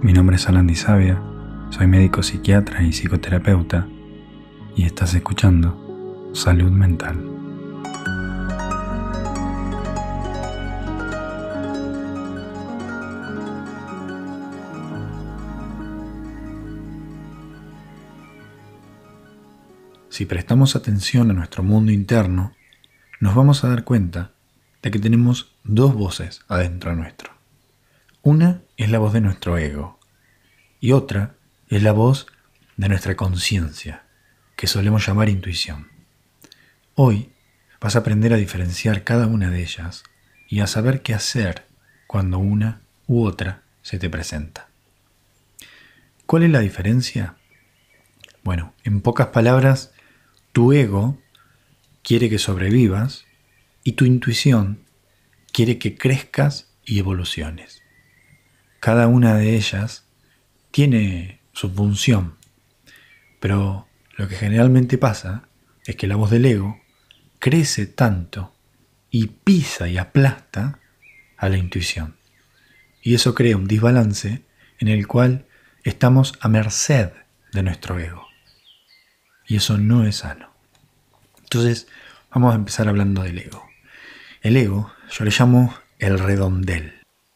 Mi nombre es Alan Di Sabia, soy médico psiquiatra y psicoterapeuta y estás escuchando Salud Mental. Si prestamos atención a nuestro mundo interno, nos vamos a dar cuenta de que tenemos dos voces adentro nuestro. Una es la voz de nuestro ego y otra es la voz de nuestra conciencia, que solemos llamar intuición. Hoy vas a aprender a diferenciar cada una de ellas y a saber qué hacer cuando una u otra se te presenta. ¿Cuál es la diferencia? Bueno, en pocas palabras, tu ego quiere que sobrevivas y tu intuición quiere que crezcas y evoluciones. Cada una de ellas tiene su función, pero lo que generalmente pasa es que la voz del ego crece tanto y pisa y aplasta a la intuición. Y eso crea un desbalance en el cual estamos a merced de nuestro ego. Y eso no es sano. Entonces, vamos a empezar hablando del ego. El ego, yo le llamo el redondel.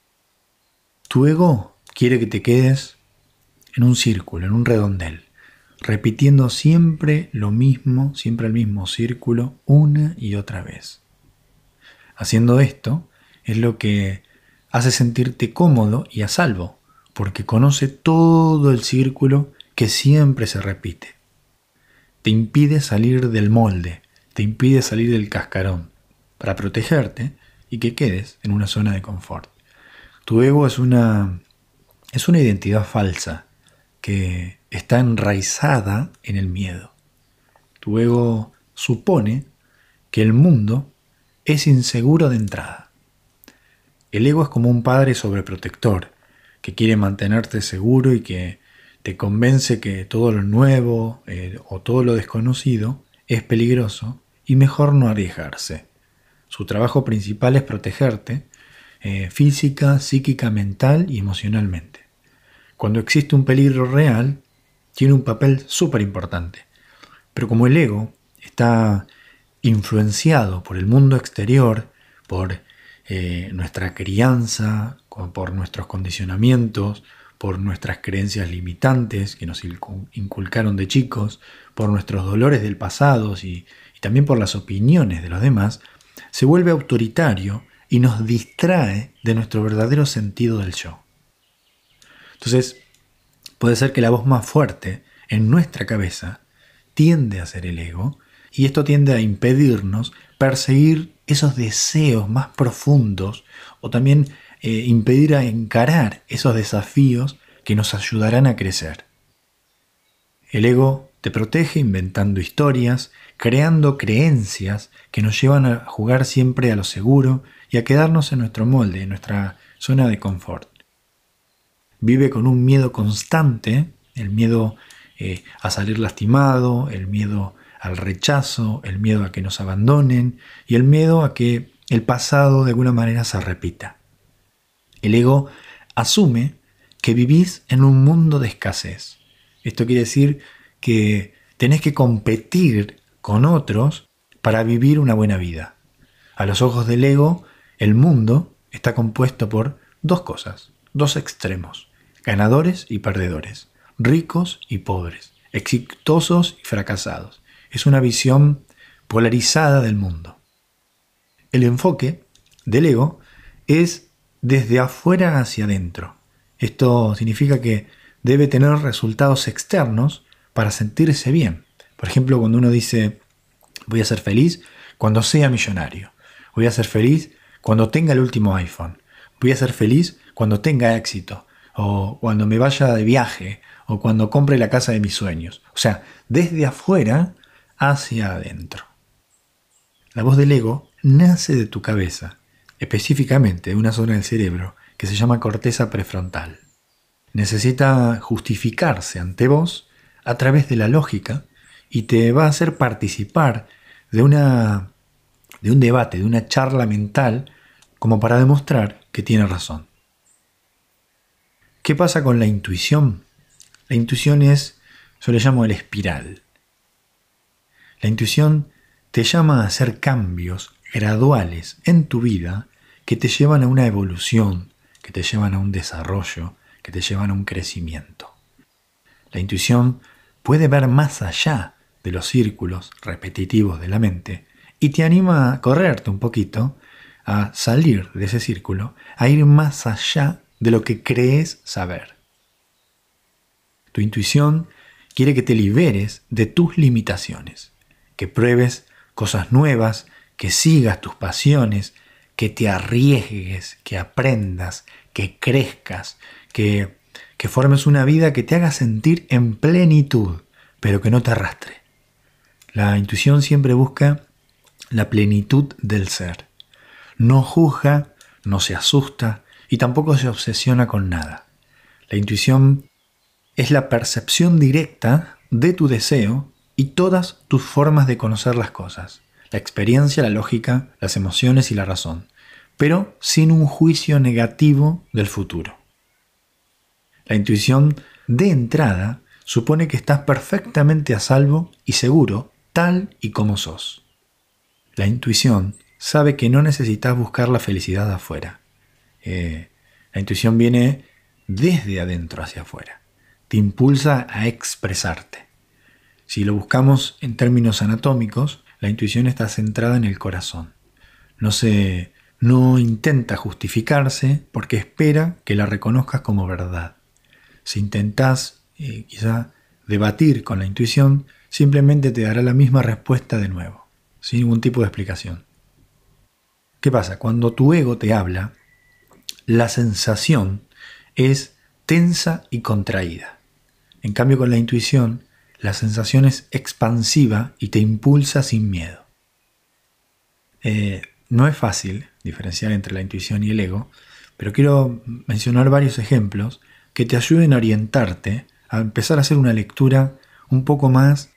Tu ego quiere que te quedes en un círculo, en un redondel, repitiendo siempre lo mismo, siempre el mismo círculo, una y otra vez. Haciendo esto es lo que hace sentirte cómodo y a salvo, porque conoce todo el círculo que siempre se repite. Te impide salir del molde, te impide salir del cascarón, para protegerte y que quedes en una zona de confort. Tu ego es una identidad falsa que está enraizada en el miedo. Tu ego supone que el mundo es inseguro de entrada. El ego es como un padre sobreprotector que quiere mantenerte seguro y que te convence que todo lo nuevo o todo lo desconocido es peligroso y mejor no arriesgarse. Su trabajo principal es protegerte física, psíquica, mental y emocionalmente. Cuando existe un peligro real, tiene un papel súper importante. Pero como el ego está influenciado por el mundo exterior, por nuestra crianza, por nuestros condicionamientos, por nuestras creencias limitantes que nos inculcaron de chicos, por nuestros dolores del pasado y también por las opiniones de los demás, se vuelve autoritario y nos distrae de nuestro verdadero sentido del yo. Entonces, puede ser que la voz más fuerte en nuestra cabeza tiende a ser el ego, y esto tiende a impedirnos perseguir esos deseos más profundos o también impedir a encarar esos desafíos que nos ayudarán a crecer. El ego te protege inventando historias, creando creencias que nos llevan a jugar siempre a lo seguro y a quedarnos en nuestro molde, en nuestra zona de confort. Vive con un miedo constante, el miedo a salir lastimado, el miedo al rechazo, el miedo a que nos abandonen y el miedo a que el pasado de alguna manera se repita. El ego asume que vivís en un mundo de escasez. Esto quiere decir que tenés que competir con otros para vivir una buena vida. A los ojos del ego, el mundo está compuesto por dos cosas, dos extremos, ganadores y perdedores, ricos y pobres, exitosos y fracasados. Es una visión polarizada del mundo. El enfoque del ego es desde afuera hacia adentro. Esto significa que debe tener resultados externos para sentirse bien. Por ejemplo, cuando uno dice, voy a ser feliz cuando sea millonario. Voy a ser feliz cuando tenga el último iPhone. Voy a ser feliz cuando tenga éxito. O cuando me vaya de viaje. O cuando compre la casa de mis sueños. O sea, desde afuera hacia adentro. La voz del ego nace de tu cabeza, específicamente de una zona del cerebro que se llama corteza prefrontal. Necesita justificarse ante vos a través de la lógica y te va a hacer participar de un debate, de una charla mental, como para demostrar que tiene razón. ¿Qué pasa con la intuición? La intuición yo le llamo el espiral. La intuición te llama a hacer cambios graduales en tu vida que te llevan a una evolución, que te llevan a un desarrollo, que te llevan a un crecimiento. La intuición puede ver más allá de los círculos repetitivos de la mente y te anima a correrte un poquito, a salir de ese círculo, a ir más allá de lo que crees saber. Tu intuición quiere que te liberes de tus limitaciones, que pruebes cosas nuevas, que sigas tus pasiones, que te arriesgues, que aprendas, que crezcas, que formes una vida que te haga sentir en plenitud, pero que no te arrastre. La intuición siempre busca la plenitud del ser. No juzga, no se asusta y tampoco se obsesiona con nada. La intuición es la percepción directa de tu deseo y todas tus formas de conocer las cosas. La experiencia, la lógica, las emociones y la razón, pero sin un juicio negativo del futuro. La intuición, de entrada, supone que estás perfectamente a salvo y seguro, tal y como sos. La intuición sabe que no necesitas buscar la felicidad afuera. La intuición viene desde adentro hacia afuera. Te impulsa a expresarte. Si lo buscamos en términos anatómicos, la intuición está centrada en el corazón. No intenta justificarse porque espera que la reconozcas como verdad. Si intentás quizá debatir con la intuición, simplemente te dará la misma respuesta de nuevo, sin ningún tipo de explicación. ¿Qué pasa? Cuando tu ego te habla, la sensación es tensa y contraída. En cambio, con la intuición, la sensación es expansiva y te impulsa sin miedo. No es fácil diferenciar entre la intuición y el ego, pero quiero mencionar varios ejemplos que te ayuden a orientarte, a empezar a hacer una lectura un poco más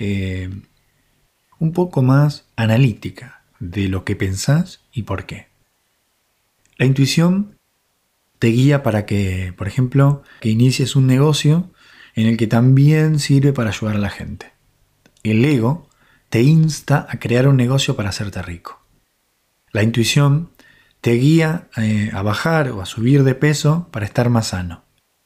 analítica de lo que pensás y por qué. La intuición te guía para que, por ejemplo, que inicies un negocio en el que también sirve para ayudar a la gente. El ego te insta a crear un negocio para hacerte rico. La intuición te guía a bajar o a subir de peso para estar más sano.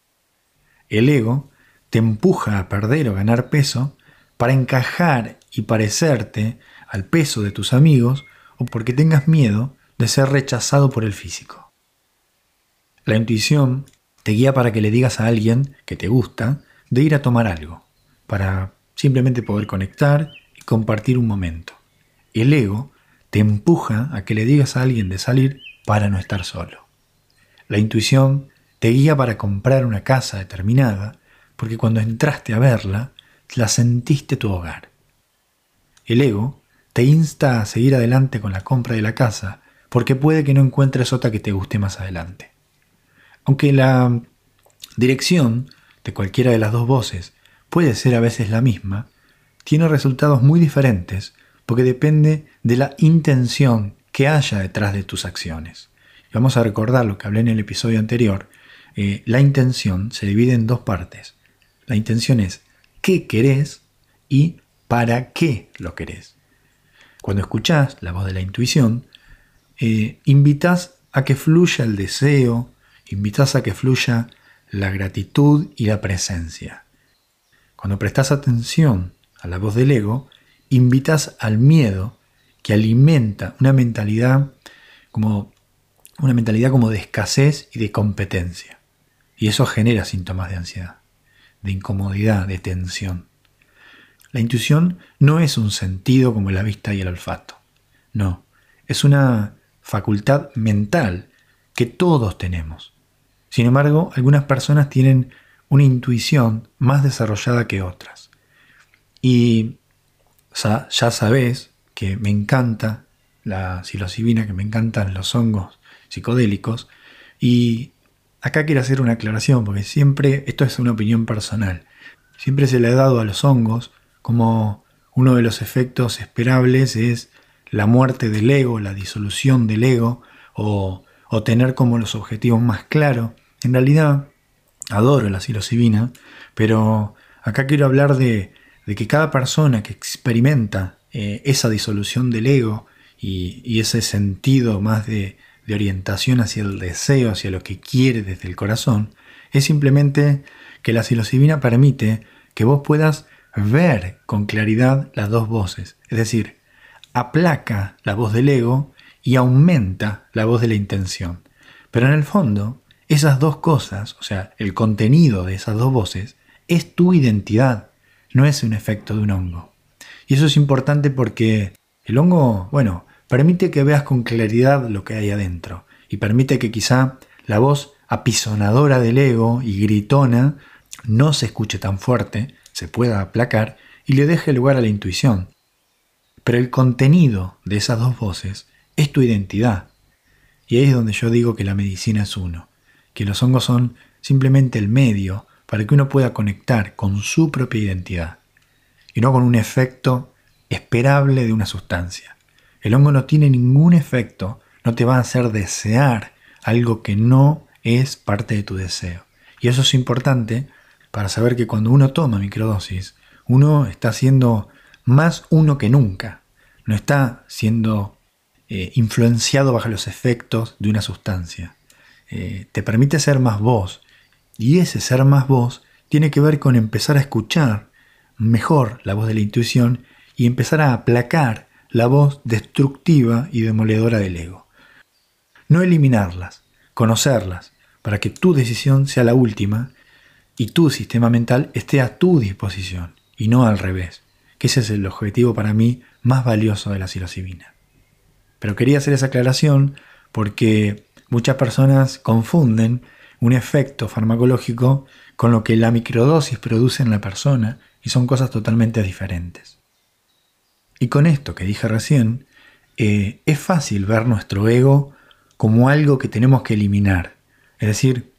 El ego te empuja a perder o ganar peso para encajar y parecerte al peso de tus amigos o porque tengas miedo de ser rechazado por el físico. La intuición te guía para que le digas a alguien que te gusta de ir a tomar algo, para simplemente poder conectar y compartir un momento. El ego te empuja a que le digas a alguien de salir para no estar solo. La intuición te guía para comprar una casa determinada porque cuando entraste a verla, la sentiste tu hogar. El ego te insta a seguir adelante con la compra de la casa porque puede que no encuentres otra que te guste más adelante. Aunque la dirección de cualquiera de las dos voces puede ser a veces la misma, tiene resultados muy diferentes porque depende de la intención que haya detrás de tus acciones. Y vamos a recordar lo que hablé en el episodio anterior. La intención se divide en dos partes. La intención es qué querés y para qué lo querés. Cuando escuchás la voz de la intuición, invitas a que fluya el deseo, invitas a que fluya la gratitud y la presencia. Cuando prestas atención a la voz del ego, invitas al miedo que alimenta una mentalidad como de escasez y de competencia. Y eso genera síntomas de ansiedad, de incomodidad, de tensión. La intuición no es un sentido como la vista y el olfato. No, es una facultad mental que todos tenemos. Sin embargo, algunas personas tienen una intuición más desarrollada que otras. Y ya sabés que me encanta la psilocibina, que me encantan los hongos psicodélicos. Y acá quiero hacer una aclaración, porque siempre, esto es una opinión personal, siempre se le ha dado a los hongos como uno de los efectos esperables es la muerte del ego, la disolución del ego, o tener como los objetivos más claros. En realidad, adoro la psilocibina, pero acá quiero hablar de que cada persona que experimenta esa disolución del ego y ese sentido más de orientación hacia el deseo, hacia lo que quiere desde el corazón, es simplemente que la psilocibina permite que vos puedas ver con claridad las dos voces. Es decir, aplaca la voz del ego y aumenta la voz de la intención. Pero en el fondo, esas dos cosas, o sea, el contenido de esas dos voces, es tu identidad, no es un efecto de un hongo. Y eso es importante porque el hongo, bueno, permite que veas con claridad lo que hay adentro y permite que quizá la voz apisonadora del ego y gritona no se escuche tan fuerte, se pueda aplacar y le deje lugar a la intuición. Pero el contenido de esas dos voces es tu identidad. Y ahí es donde yo digo que la medicina es uno, que los hongos son simplemente el medio para que uno pueda conectar con su propia identidad y no con un efecto esperable de una sustancia. El hongo no tiene ningún efecto, no te va a hacer desear algo que no es parte de tu deseo. Y eso es importante para saber que cuando uno toma microdosis, uno está siendo más uno que nunca. No está siendo influenciado bajo los efectos de una sustancia. Te permite ser más vos. Y ese ser más vos tiene que ver con empezar a escuchar mejor la voz de la intuición y empezar a aplacar la voz destructiva y demoledora del ego. No eliminarlas, conocerlas, para que tu decisión sea la última y tu sistema mental esté a tu disposición y no al revés, que ese es el objetivo para mí más valioso de la psilocibina. Pero quería hacer esa aclaración porque muchas personas confunden un efecto farmacológico con lo que la microdosis produce en la persona y son cosas totalmente diferentes. Y con esto que dije recién, es fácil ver nuestro ego como algo que tenemos que eliminar. Es decir,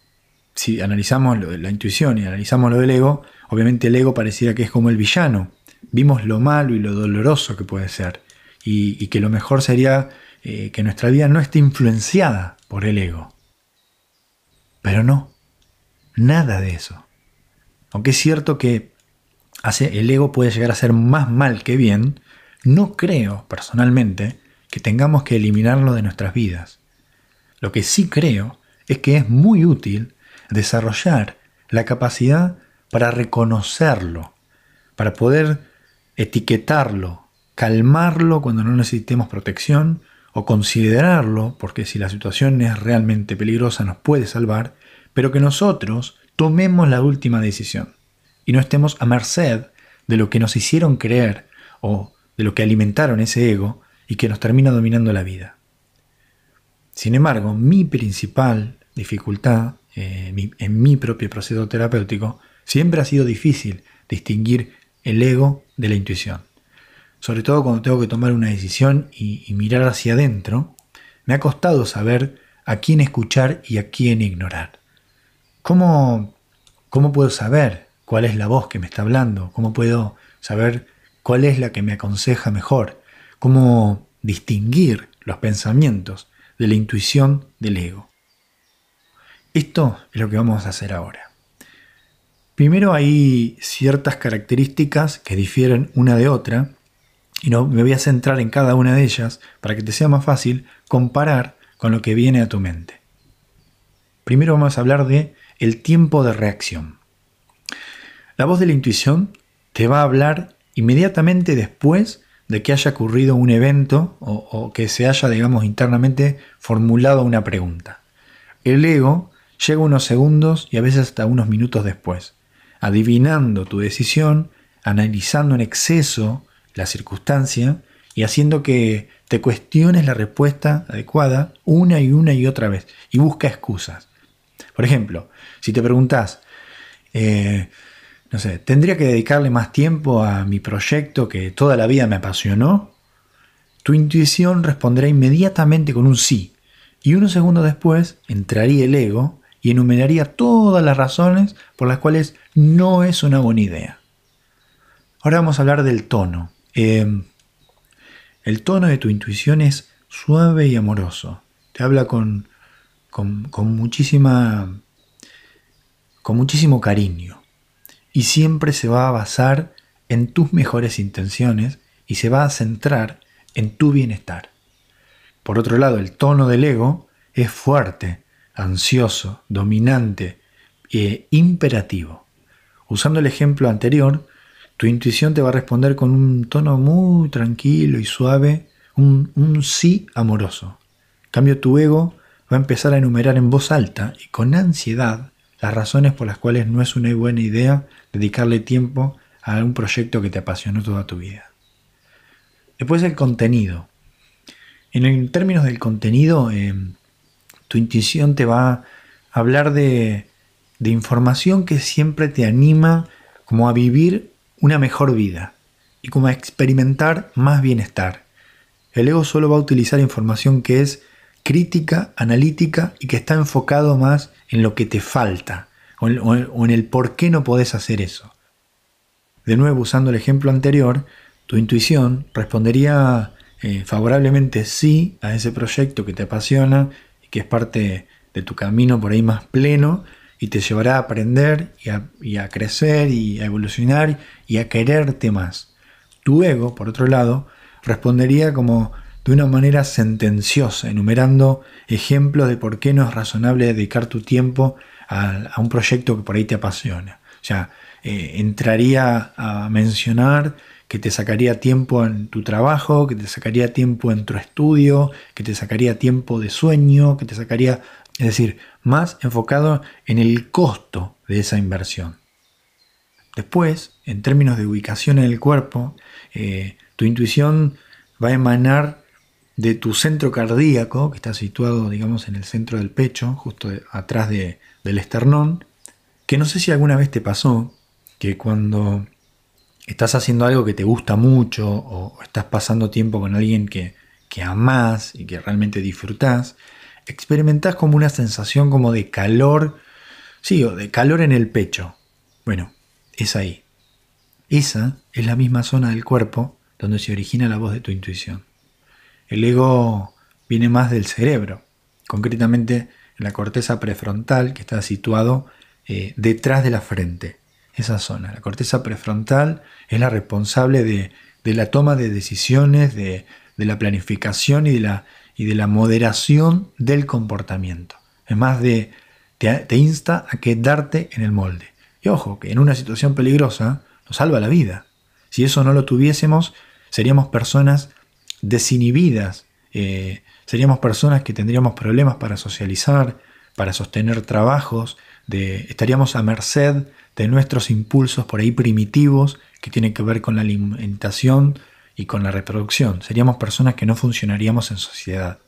si analizamos la intuición y analizamos lo del ego, obviamente el ego pareciera que es como el villano. Vimos lo malo y lo doloroso que puede ser. Y que lo mejor sería que nuestra vida no esté influenciada por el ego. Pero no, nada de eso. Aunque es cierto que el ego puede llegar a ser más mal que bien, no creo, personalmente, que tengamos que eliminarlo de nuestras vidas. Lo que sí creo es que es muy útil desarrollar la capacidad para reconocerlo, para poder etiquetarlo, calmarlo cuando no necesitemos protección o considerarlo, porque si la situación es realmente peligrosa nos puede salvar, pero que nosotros tomemos la última decisión y no estemos a merced de lo que nos hicieron creer o de lo que alimentaron ese ego y que nos termina dominando la vida. Sin embargo, mi principal dificultad en mi propio proceso terapéutico siempre ha sido difícil distinguir el ego de la intuición. Sobre todo cuando tengo que tomar una decisión y mirar hacia adentro, me ha costado saber a quién escuchar y a quién ignorar. ¿Cómo puedo saber cuál es la voz que me está hablando? ¿Cómo puedo saber cuál es la que me aconseja mejor? ¿Cómo distinguir los pensamientos de la intuición del ego? Esto es lo que vamos a hacer ahora. Primero hay ciertas características que difieren una de otra y me voy a centrar en cada una de ellas para que te sea más fácil comparar con lo que viene a tu mente. Primero vamos a hablar de el tiempo de reacción. La voz de la intuición te va a hablar inmediatamente después de que haya ocurrido un evento o que se haya, digamos, internamente formulado una pregunta. El ego llega unos segundos y a veces hasta unos minutos después, adivinando tu decisión, analizando en exceso la circunstancia y haciendo que te cuestiones la respuesta adecuada una y otra vez y busca excusas. Por ejemplo, si te preguntás, ¿tendría que dedicarle más tiempo a mi proyecto que toda la vida me apasionó? Tu intuición responderá inmediatamente con un sí, y unos segundos después entraría el ego y enumeraría todas las razones por las cuales no es una buena idea. Ahora vamos a hablar del tono. El tono de tu intuición es suave y amoroso. Te habla con muchísima con muchísimo cariño y siempre se va a basar en tus mejores intenciones y se va a centrar en tu bienestar. Por otro lado, el tono del ego es fuerte, ansioso, dominante e imperativo. Usando el ejemplo anterior, tu intuición te va a responder con un tono muy tranquilo y suave, un sí amoroso. En cambio, tu ego va a empezar a enumerar en voz alta y con ansiedad las razones por las cuales no es una buena idea dedicarle tiempo a un proyecto que te apasionó toda tu vida. Después el contenido. En términos del contenido, tu intuición te va a hablar de información que siempre te anima como a vivir una mejor vida y como a experimentar más bienestar. El ego solo va a utilizar información que es crítica, analítica y que está enfocado más en lo que te falta o en el por qué no podés hacer eso. De nuevo, usando el ejemplo anterior, tu intuición respondería favorablemente sí a ese proyecto que te apasiona y que es parte de tu camino por ahí más pleno y te llevará a aprender y a crecer y a evolucionar y a quererte más. Tu ego, por otro lado, respondería como de una manera sentenciosa, enumerando ejemplos de por qué no es razonable dedicar tu tiempo a un proyecto que por ahí te apasiona. O sea, entraría a mencionar que te sacaría tiempo en tu trabajo, que te sacaría tiempo en tu estudio, que te sacaría tiempo de sueño, que te sacaría, es decir, más enfocado en el costo de esa inversión. Después, en términos de ubicación en el cuerpo, tu intuición va a emanar de tu centro cardíaco, que está situado, digamos, en el centro del pecho, justo atrás del esternón, que no sé si alguna vez te pasó que cuando estás haciendo algo que te gusta mucho o estás pasando tiempo con alguien que amás y que realmente disfrutás, experimentás como una sensación como de calor, sí, o de calor en el pecho. Bueno, es ahí. Esa es la misma zona del cuerpo donde se origina la voz de tu intuición. El ego viene más del cerebro, concretamente en la corteza prefrontal que está situado detrás de la frente. Esa zona, la corteza prefrontal, es la responsable de la toma de decisiones, de la planificación y de la moderación del comportamiento. Es más, te insta a quedarte en el molde. Y ojo, que en una situación peligrosa nos salva la vida. Si eso no lo tuviésemos, seríamos personas desinhibidas, seríamos personas que tendríamos problemas para socializar, para sostener trabajos, estaríamos a merced de nuestros impulsos por ahí primitivos que tienen que ver con la alimentación y con la reproducción. Seríamos personas que no funcionaríamos en sociedad.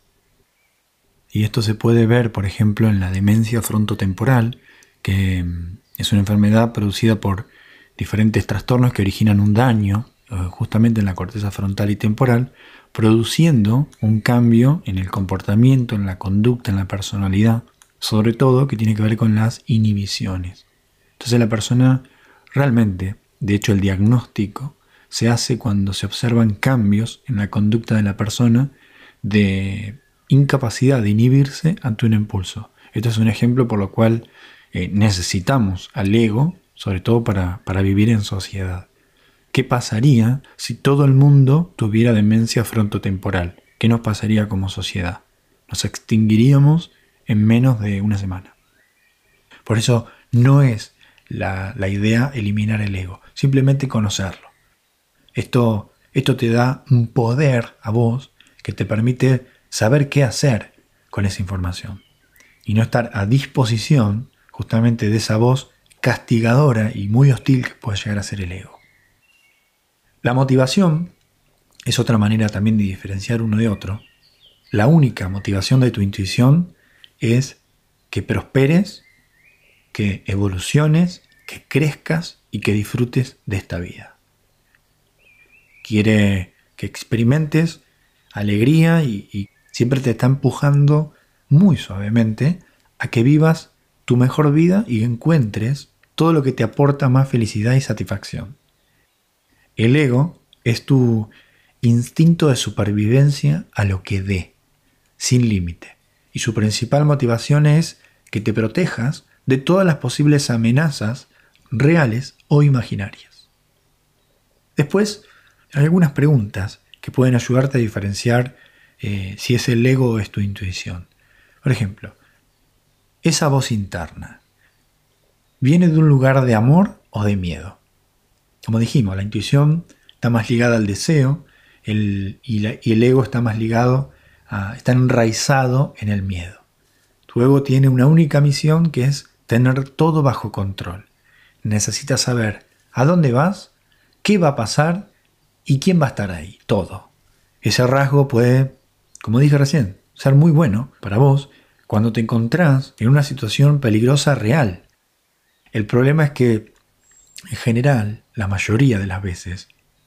Y esto se puede ver, por ejemplo, en la demencia frontotemporal, que es una enfermedad producida por diferentes trastornos que originan un daño justamente en la corteza frontal y temporal, produciendo un cambio en el comportamiento, en la conducta, en la personalidad, sobre todo que tiene que ver con las inhibiciones. Entonces la persona realmente, de hecho el diagnóstico, se hace cuando se observan cambios en la conducta de la persona de incapacidad de inhibirse ante un impulso. Esto es un ejemplo por lo cual necesitamos al ego, sobre todo para vivir en sociedad. ¿Qué pasaría si todo el mundo tuviera demencia frontotemporal? ¿Qué nos pasaría como sociedad? Nos extinguiríamos en menos de una semana. Por eso no es la idea eliminar el ego, simplemente conocerlo. Esto te da un poder a vos que te permite saber qué hacer con esa información y no estar a disposición justamente de esa voz castigadora y muy hostil que puede llegar a ser el ego. La motivación es otra manera también de diferenciar uno de otro. La única motivación de tu intuición es que prosperes, que evoluciones, que crezcas y que disfrutes de esta vida. Quiere que experimentes alegría y siempre te está empujando muy suavemente a que vivas tu mejor vida y encuentres todo lo que te aporta más felicidad y satisfacción. El ego es tu instinto de supervivencia a lo que dé, sin límite. Y su principal motivación es que te protejas de todas las posibles amenazas reales o imaginarias. Después, hay algunas preguntas que pueden ayudarte a diferenciar si es el ego o es tu intuición. Por ejemplo, esa voz interna, ¿viene de un lugar de amor o de miedo? Como dijimos, la intuición está más ligada al deseo y el ego está más ligado está enraizado en el miedo. Tu ego tiene una única misión, que es tener todo bajo control. Necesitas saber a dónde vas, qué va a pasar y quién va a estar ahí. Todo. Ese rasgo puede, como dije recién, ser muy bueno para vos cuando te encontrás en una situación peligrosa real. El problema es que, en general, la mayoría de las veces,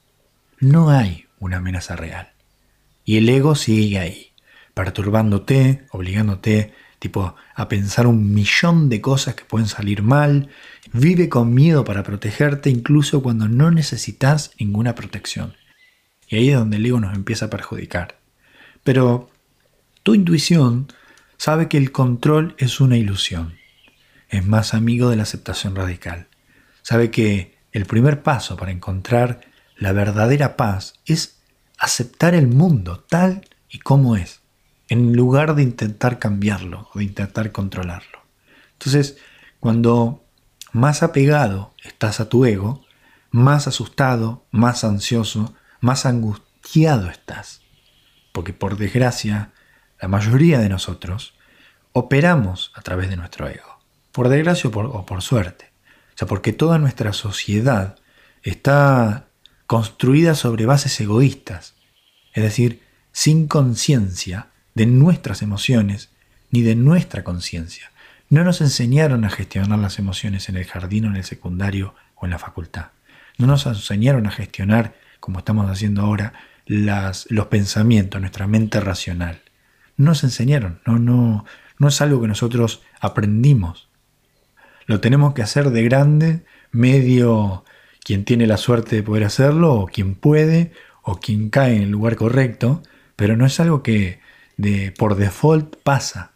no hay una amenaza real. Y el ego sigue ahí, perturbándote, obligándote a pensar 1.000.000 de cosas que pueden salir mal. Vive con miedo para protegerte incluso cuando no necesitas ninguna protección. Y ahí es donde el ego nos empieza a perjudicar. Pero tu intuición sabe que el control es una ilusión. Es más amigo de la aceptación radical. Sabe que el primer paso para encontrar la verdadera paz es aceptar el mundo tal y como es, en lugar de intentar cambiarlo o de intentar controlarlo. Entonces, cuando más apegado estás a tu ego, más asustado, más ansioso, más angustiado estás. Porque por desgracia, la mayoría de nosotros operamos a través de nuestro ego. Por desgracia o por suerte. O sea, porque toda nuestra sociedad está construida sobre bases egoístas. Es decir, sin conciencia de nuestras emociones ni de nuestra conciencia. No nos enseñaron a gestionar las emociones en el jardín o en el secundario o en la facultad. No nos enseñaron a gestionar, como estamos haciendo ahora, los pensamientos, nuestra mente racional. No nos enseñaron, no es algo que nosotros aprendimos. Lo tenemos que hacer de grande, medio quien tiene la suerte de poder hacerlo, o quien puede, o quien cae en el lugar correcto, pero no es algo que por default pasa.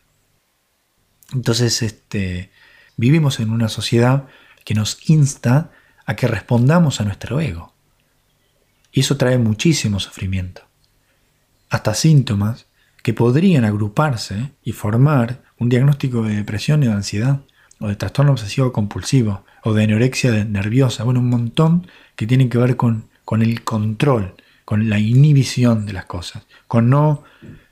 Entonces, vivimos en una sociedad que nos insta a que respondamos a nuestro ego. Y eso trae muchísimo sufrimiento. Hasta síntomas que podrían agruparse y formar un diagnóstico de depresión y de ansiedad, o de trastorno obsesivo compulsivo, o de anorexia nerviosa. Bueno, un montón que tienen que ver con el control, con la inhibición de las cosas, con no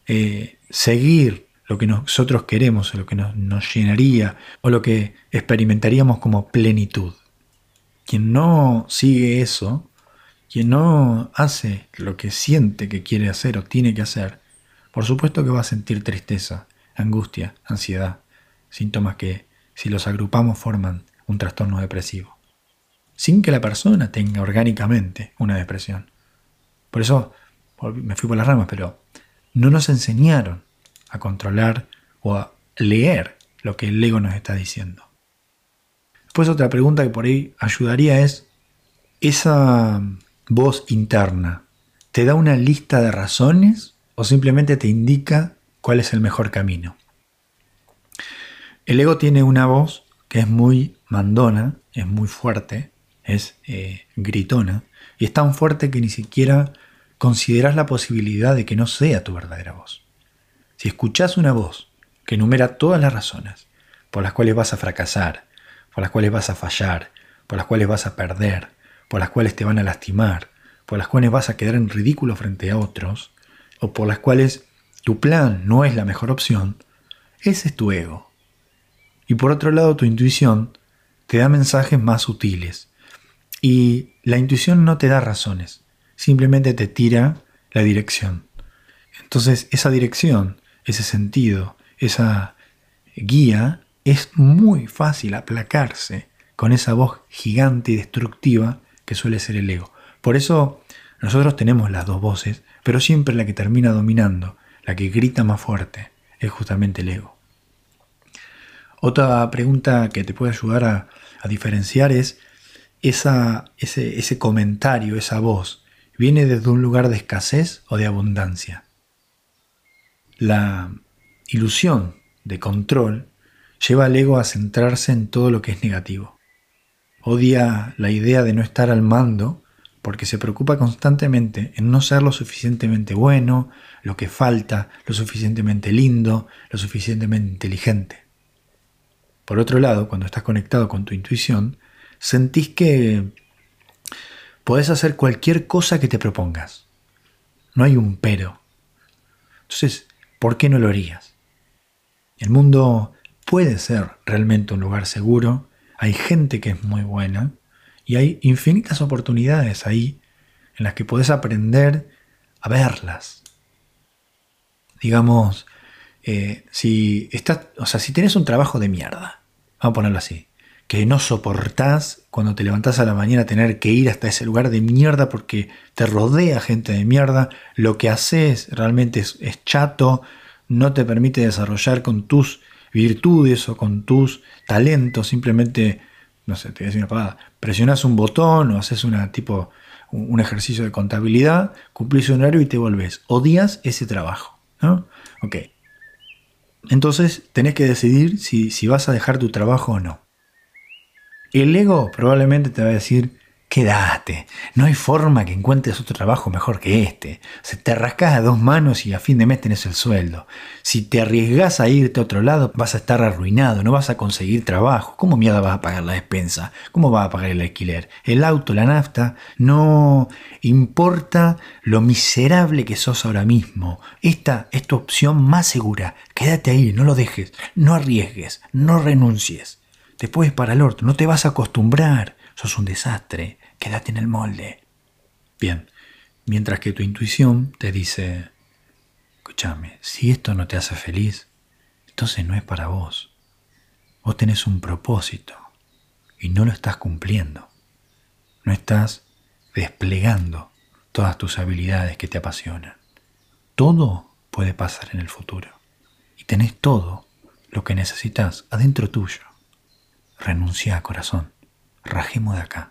seguir lo que nosotros queremos, o lo que nos llenaría, o lo que experimentaríamos como plenitud. Quien no sigue eso, quien no hace lo que siente que quiere hacer o tiene que hacer, por supuesto que va a sentir tristeza, angustia, ansiedad, síntomas que, si los agrupamos, forman un trastorno depresivo, sin que la persona tenga orgánicamente una depresión. Por eso me fui por las ramas, pero no nos enseñaron a controlar o a leer lo que el ego nos está diciendo. Después, otra pregunta que por ahí ayudaría es: ¿esa voz interna te da una lista de razones o simplemente te indica cuál es el mejor camino? El ego tiene una voz que es muy mandona, es muy fuerte, es gritona, y es tan fuerte que ni siquiera consideras la posibilidad de que no sea tu verdadera voz. Si escuchás una voz que enumera todas las razones por las cuales vas a fracasar, por las cuales vas a fallar, por las cuales vas a perder, por las cuales te van a lastimar, por las cuales vas a quedar en ridículo frente a otros, o por las cuales tu plan no es la mejor opción, ese es tu ego. Y por otro lado, tu intuición te da mensajes más sutiles. Y la intuición no te da razones, simplemente te tira la dirección. Entonces, esa dirección, ese sentido, esa guía, es muy fácil aplacarse con esa voz gigante y destructiva que suele ser el ego. Por eso nosotros tenemos las dos voces, pero siempre la que termina dominando, la que grita más fuerte, es justamente el ego. Otra pregunta que te puede ayudar a diferenciar es: ese comentario, esa voz, ¿viene desde un lugar de escasez o de abundancia? La ilusión de control lleva al ego a centrarse en todo lo que es negativo. Odia la idea de no estar al mando porque se preocupa constantemente en no ser lo suficientemente bueno, lo que falta, lo suficientemente lindo, lo suficientemente inteligente. Por otro lado, cuando estás conectado con tu intuición, sentís que podés hacer cualquier cosa que te propongas. No hay un pero. Entonces, ¿por qué no lo harías? El mundo puede ser realmente un lugar seguro, hay gente que es muy buena y hay infinitas oportunidades ahí en las que podés aprender a verlas. Digamos, si tenés un trabajo de mierda, vamos a ponerlo así, que no soportás cuando te levantás a la mañana tener que ir hasta ese lugar de mierda porque te rodea gente de mierda, lo que haces realmente es chato, no te permite desarrollar con tus virtudes o con tus talentos, simplemente, no sé, te voy a decir una pavada, presionás un botón o haces un ejercicio de contabilidad, cumplís un horario y te volvés. Odias ese trabajo, ¿no? Ok. Entonces tenés que decidir si vas a dejar tu trabajo o no. El ego probablemente te va a decir, quédate, no hay forma que encuentres otro trabajo mejor que este. Si te rascás a dos manos y a fin de mes tenés el sueldo. Si te arriesgás a irte a otro lado vas a estar arruinado, no vas a conseguir trabajo. ¿Cómo mierda vas a pagar la despensa? ¿Cómo vas a pagar el alquiler? El auto, la nafta, no importa lo miserable que sos ahora mismo. Esta es tu opción más segura. Quédate ahí, no lo dejes, no arriesgues, no renuncies. Después para el orto, no te vas a acostumbrar, sos un desastre, quédate en el molde. Bien, mientras que tu intuición te dice, escúchame, si esto no te hace feliz, entonces no es para vos. Vos tenés un propósito y no lo estás cumpliendo. No estás desplegando todas tus habilidades que te apasionan. Todo puede pasar en el futuro y tenés todo lo que necesitas adentro tuyo. Renuncia, corazón. Rajemos de acá.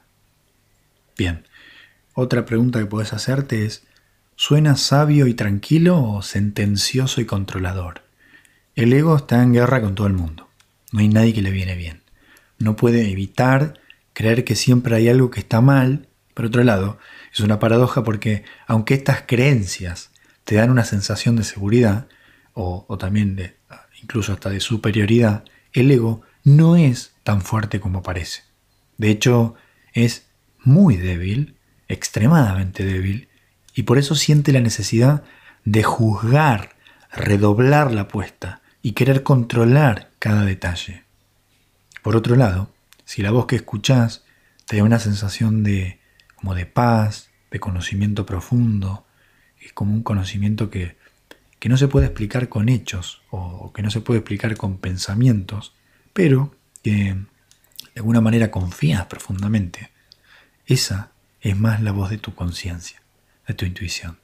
Bien, otra pregunta que podés hacerte es, ¿suena sabio y tranquilo o sentencioso y controlador? El ego está en guerra con todo el mundo. No hay nadie que le viene bien. No puede evitar creer que siempre hay algo que está mal. Por otro lado, es una paradoja porque aunque estas creencias te dan una sensación de seguridad o también incluso hasta de superioridad, el ego no es tan fuerte como parece. De hecho, es muy débil, extremadamente débil, y por eso siente la necesidad de juzgar, redoblar la apuesta y querer controlar cada detalle. Por otro lado, si la voz que escuchás te da una sensación como de paz, de conocimiento profundo, es como un conocimiento que no se puede explicar con hechos o que no se puede explicar con pensamientos, pero que de alguna manera confías profundamente. Esa es más la voz de tu conciencia, de tu intuición.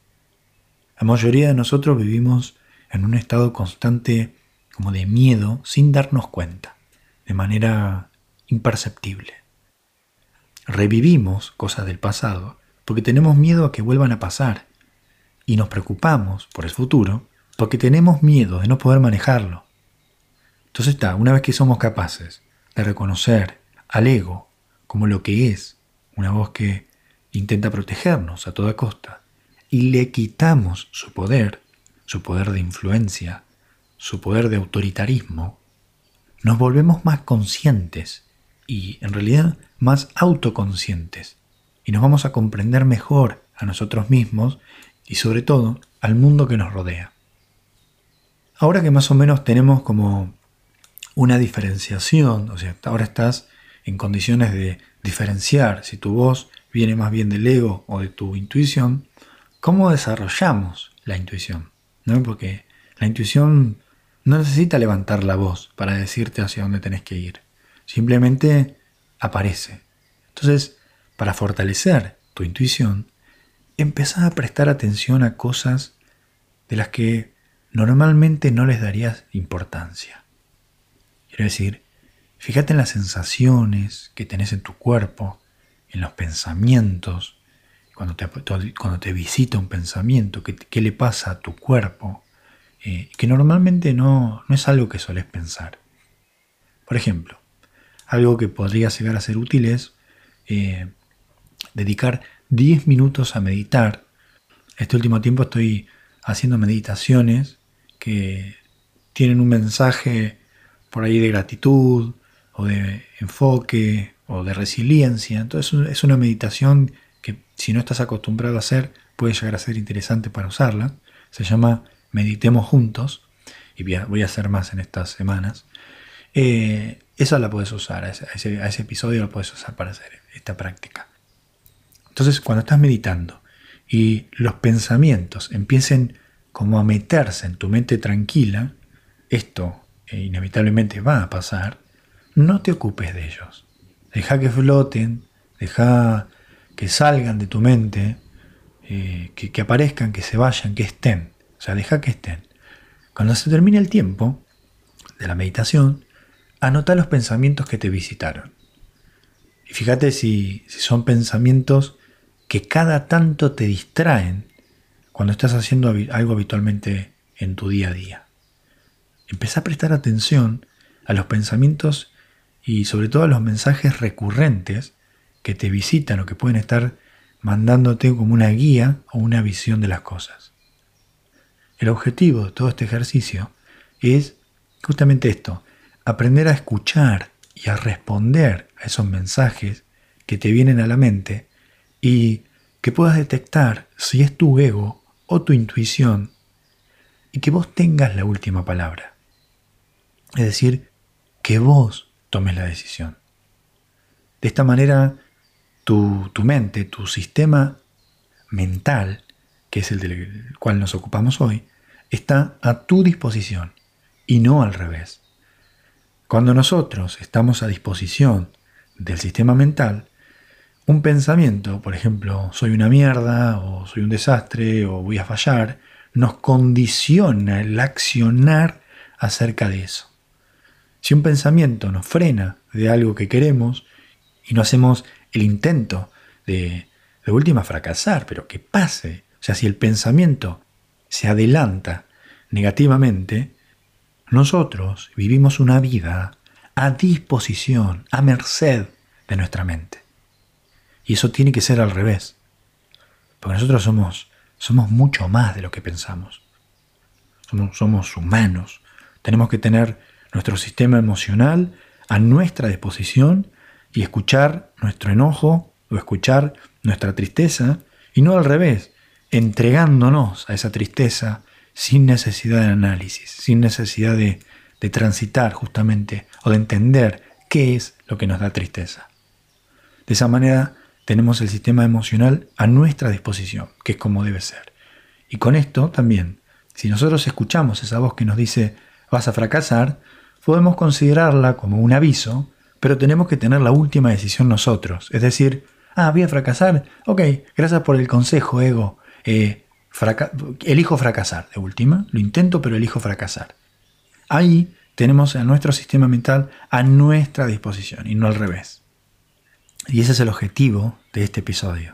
La mayoría de nosotros vivimos en un estado constante como de miedo sin darnos cuenta, de manera imperceptible. Revivimos cosas del pasado porque tenemos miedo a que vuelvan a pasar y nos preocupamos por el futuro porque tenemos miedo de no poder manejarlo. Entonces una vez que somos capaces de reconocer al ego como lo que es, una voz que intenta protegernos a toda costa, y le quitamos su poder de influencia, su poder de autoritarismo, nos volvemos más conscientes y en realidad más autoconscientes y nos vamos a comprender mejor a nosotros mismos y sobre todo al mundo que nos rodea. Ahora que más o menos tenemos como una diferenciación, o sea, ahora estás en condiciones de diferenciar si tu voz viene más bien del ego o de tu intuición, ¿cómo desarrollamos la intuición? ¿No? Porque la intuición no necesita levantar la voz para decirte hacia dónde tenés que ir. Simplemente aparece. Entonces, para fortalecer tu intuición, empezá a prestar atención a cosas de las que normalmente no les darías importancia. Quiero decir, fíjate en las sensaciones que tenés en tu cuerpo, en los pensamientos, cuando te visita un pensamiento, qué le pasa a tu cuerpo, que normalmente no es algo que solés pensar. Por ejemplo, algo que podría llegar a ser útil es dedicar 10 minutos a meditar. Este último tiempo estoy haciendo meditaciones que tienen un mensaje por ahí de gratitud o de enfoque o de resiliencia. Entonces es una meditación que si no estás acostumbrado a hacer puede llegar a ser interesante para usarla. Se llama Meditemos Juntos y voy a hacer más en estas semanas. Esa la puedes usar, a ese episodio lo puedes usar para hacer esta práctica. Entonces cuando estás meditando y los pensamientos empiecen como a meterse en tu mente tranquila, esto inevitablemente va a pasar, no te ocupes de ellos. Deja que floten, deja que salgan de tu mente, que aparezcan, que se vayan, que estén. O sea, deja que estén. Cuando se termine el tiempo de la meditación, anota los pensamientos que te visitaron. Y fíjate si son pensamientos que cada tanto te distraen cuando estás haciendo algo habitualmente en tu día a día. Empezá a prestar atención a los pensamientos y sobre todo a los mensajes recurrentes que te visitan o que pueden estar mandándote como una guía o una visión de las cosas. El objetivo de todo este ejercicio es justamente esto, aprender a escuchar y a responder a esos mensajes que te vienen a la mente y que puedas detectar si es tu ego o tu intuición y que vos tengas la última palabra. Es decir, que vos tomes la decisión. De esta manera, tu mente, tu sistema mental, que es el del cual nos ocupamos hoy, está a tu disposición y no al revés. Cuando nosotros estamos a disposición del sistema mental, un pensamiento, por ejemplo, soy una mierda, o soy un desastre, o voy a fallar, nos condiciona el accionar acerca de eso. Si un pensamiento nos frena de algo que queremos y no hacemos el intento de última fracasar, pero que pase, o sea, si el pensamiento se adelanta negativamente, nosotros vivimos una vida a disposición, a merced de nuestra mente. Y eso tiene que ser al revés. Porque nosotros somos mucho más de lo que pensamos. Somos humanos. Tenemos que tener nuestro sistema emocional a nuestra disposición y escuchar nuestro enojo o escuchar nuestra tristeza y no al revés, entregándonos a esa tristeza sin necesidad de análisis, sin necesidad de transitar justamente o de entender qué es lo que nos da tristeza. De esa manera tenemos el sistema emocional a nuestra disposición, que es como debe ser. Y con esto también, si nosotros escuchamos esa voz que nos dice vas a fracasar, podemos considerarla como un aviso, pero tenemos que tener la última decisión nosotros. Es decir, voy a fracasar, ok, gracias por el consejo, ego. Elijo fracasar, de última, lo intento pero elijo fracasar. Ahí tenemos a nuestro sistema mental a nuestra disposición y no al revés. Y ese es el objetivo de este episodio.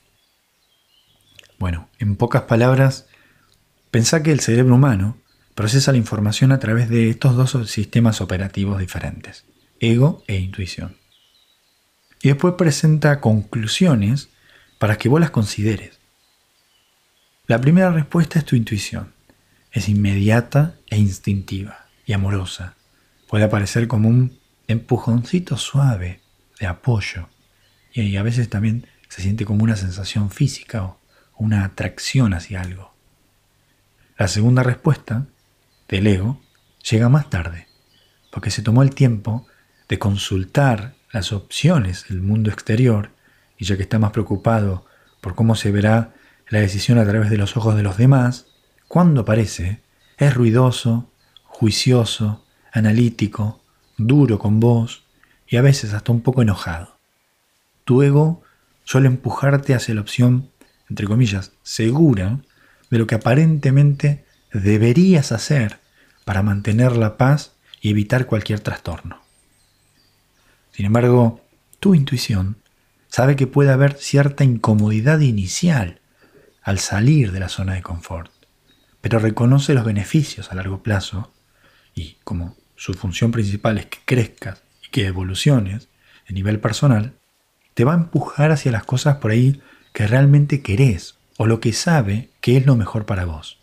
Bueno, en pocas palabras, pensá que el cerebro humano procesa la información a través de estos dos sistemas operativos diferentes, ego e intuición. Y después presenta conclusiones para que vos las consideres. La primera respuesta es tu intuición. Es inmediata e instintiva y amorosa. Puede aparecer como un empujoncito suave de apoyo. Y a veces también se siente como una sensación física o una atracción hacia algo. La segunda respuesta del ego llega más tarde, porque se tomó el tiempo de consultar las opciones del mundo exterior y ya que está más preocupado por cómo se verá la decisión a través de los ojos de los demás, cuando aparece, es ruidoso, juicioso, analítico, duro con vos y a veces hasta un poco enojado. Tu ego suele empujarte hacia la opción, entre comillas, segura de lo que aparentemente deberías hacer para mantener la paz y evitar cualquier trastorno. Sin embargo, tu intuición sabe que puede haber cierta incomodidad inicial al salir de la zona de confort, pero reconoce los beneficios a largo plazo y, como su función principal es que crezcas y que evoluciones a nivel personal, te va a empujar hacia las cosas por ahí que realmente querés o lo que sabe que es lo mejor para vos.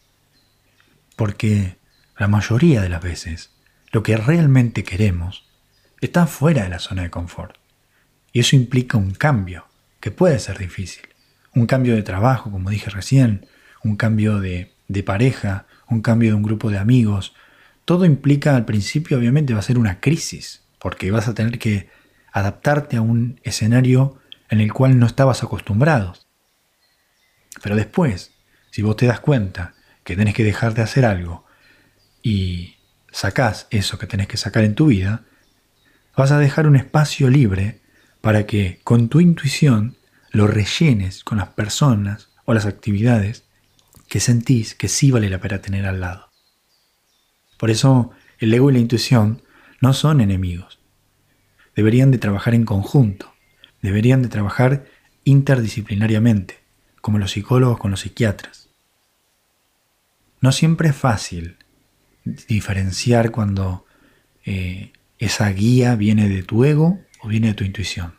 Porque la mayoría de las veces lo que realmente queremos está fuera de la zona de confort. Y eso implica un cambio, que puede ser difícil. Un cambio de trabajo, como dije recién, un cambio de pareja, un cambio de un grupo de amigos. Todo implica, al principio obviamente va a ser una crisis, porque vas a tener que adaptarte a un escenario en el cual no estabas acostumbrado. Pero después, si vos te das cuenta que tenés que dejar de hacer algo y sacás eso que tenés que sacar en tu vida, vas a dejar un espacio libre para que con tu intuición lo rellenes con las personas o las actividades que sentís que sí vale la pena tener al lado. Por eso el ego y la intuición no son enemigos. Deberían de trabajar en conjunto, deberían de trabajar interdisciplinariamente, como los psicólogos con los psiquiatras. No siempre es fácil diferenciar cuando esa guía viene de tu ego o viene de tu intuición.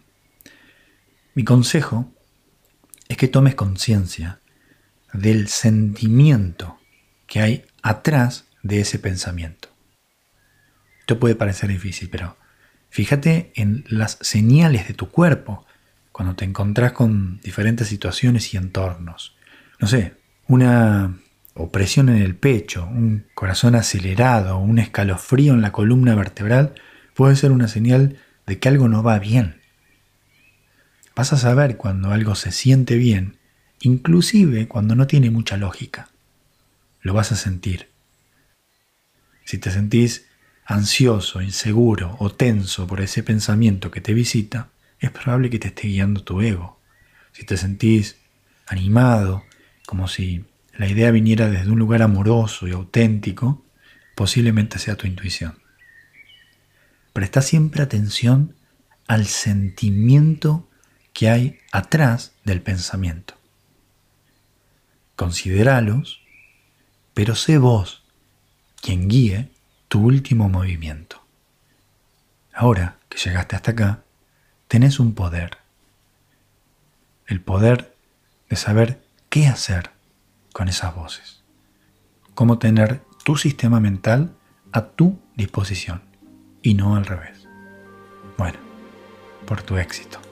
Mi consejo es que tomes conciencia del sentimiento que hay atrás de ese pensamiento. Esto puede parecer difícil, pero fíjate en las señales de tu cuerpo cuando te encontrás con diferentes situaciones y entornos. No sé, una opresión en el pecho, un corazón acelerado, un escalofrío en la columna vertebral puede ser una señal de que algo no va bien. Vas a saber cuando algo se siente bien, inclusive cuando no tiene mucha lógica. Lo vas a sentir. Si te sentís ansioso, inseguro o tenso por ese pensamiento que te visita, es probable que te esté guiando tu ego. Si te sentís animado, como si la idea viniera desde un lugar amoroso y auténtico, posiblemente sea tu intuición. Presta siempre atención al sentimiento que hay atrás del pensamiento. Considéralos, pero sé vos quien guíe tu último movimiento. Ahora que llegaste hasta acá, tenés un poder. El poder de saber qué hacer con esas voces. Cómo tener tu sistema mental a tu disposición y no al revés. Bueno, por tu éxito.